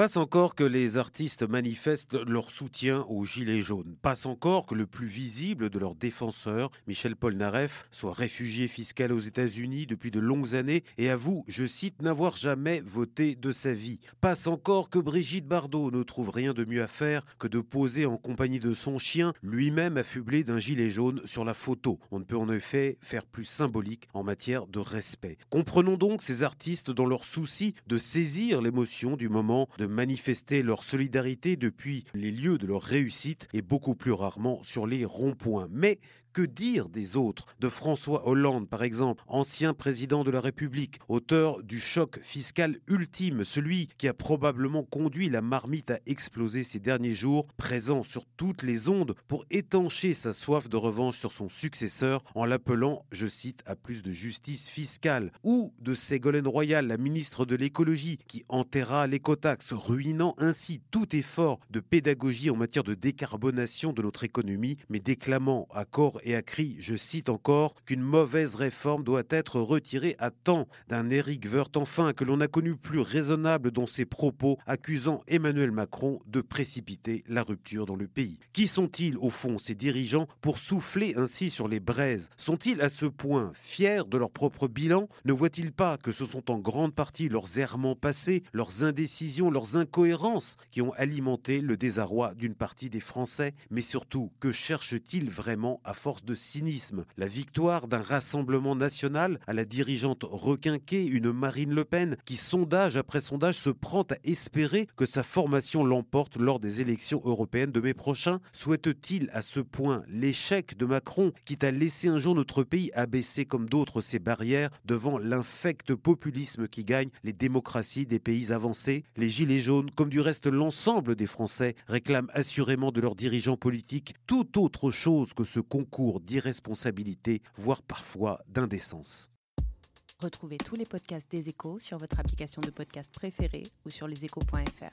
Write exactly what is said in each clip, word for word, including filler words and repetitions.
Passe encore que les artistes manifestent leur soutien aux Gilets jaunes. Passe encore que le plus visible de leurs défenseurs, Michel Polnareff, soit réfugié fiscal aux États-Unis depuis de longues années et avoue, je cite, n'avoir jamais voté de sa vie. Passe encore que Brigitte Bardot ne trouve rien de mieux à faire que de poser en compagnie de son chien, lui-même affublé d'un gilet jaune sur la photo. On ne peut en effet faire plus symbolique en matière de respect. Comprenons donc ces artistes dans leur souci de saisir l'émotion du moment, de manifester leur solidarité depuis les lieux de leur réussite et beaucoup plus rarement sur les ronds-points. Mais que dire des autres? De François Hollande, par exemple, ancien président de la République, auteur du choc fiscal ultime, celui qui a probablement conduit la marmite à exploser ces derniers jours, présent sur toutes les ondes pour étancher sa soif de revanche sur son successeur en l'appelant, je cite, à plus de justice fiscale. Ou de Ségolène Royal, la ministre de l'écologie, qui enterra l'écotaxe, ruinant ainsi tout effort de pédagogie en matière de décarbonation de notre économie, mais déclamant à corps et a cri, je cite encore, qu'une mauvaise réforme doit être retirée à temps, d'un Éric Woerth enfin que l'on a connu plus raisonnable dans ses propos, accusant Emmanuel Macron de précipiter la rupture dans le pays. Qui sont-ils au fond ces dirigeants pour souffler ainsi sur les braises? Sont-ils à ce point fiers de leur propre bilan? Ne voient-ils pas que ce sont en grande partie leurs errements passés, leurs indécisions, leurs incohérences qui ont alimenté le désarroi d'une partie des Français? Mais surtout, que cherchent-ils vraiment à force de cynisme? La victoire d'un rassemblement national à la dirigeante requinquée, une Marine Le Pen qui, sondage après sondage, se prend à espérer que sa formation l'emporte lors des élections européennes de mai prochain? Souhaite-t-il à ce point l'échec de Macron, quitte à laisser un jour notre pays abaisser comme d'autres ses barrières devant l'infect populisme qui gagne les démocraties des pays avancés? Les Gilets jaunes, comme du reste l'ensemble des Français, réclament assurément de leurs dirigeants politiques tout autre chose que ce concours d'irresponsabilité, voire parfois d'indécence. Retrouvez tous les podcasts des Échos sur votre application de podcast préférée ou sur leséchos point f r.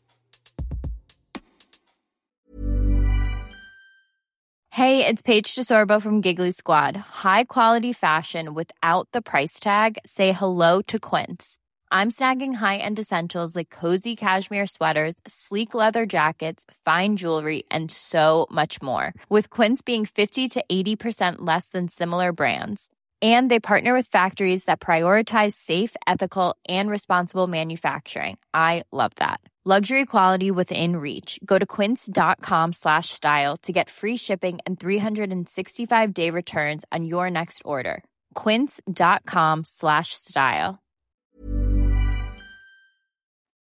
Hey, it's Paige DeSorbo from Giggly Squad. High quality fashion without the price tag. Say hello to Quince. I'm snagging high-end essentials like cozy cashmere sweaters, sleek leather jackets, fine jewelry, and so much more. With Quince being fifty to eighty percent less than similar brands. And they partner with factories that prioritize safe, ethical, and responsible manufacturing. I love that. Luxury quality within reach. Go to quince.com slash style to get free shipping and three sixty-five day returns on your next order. Quince.com slash style.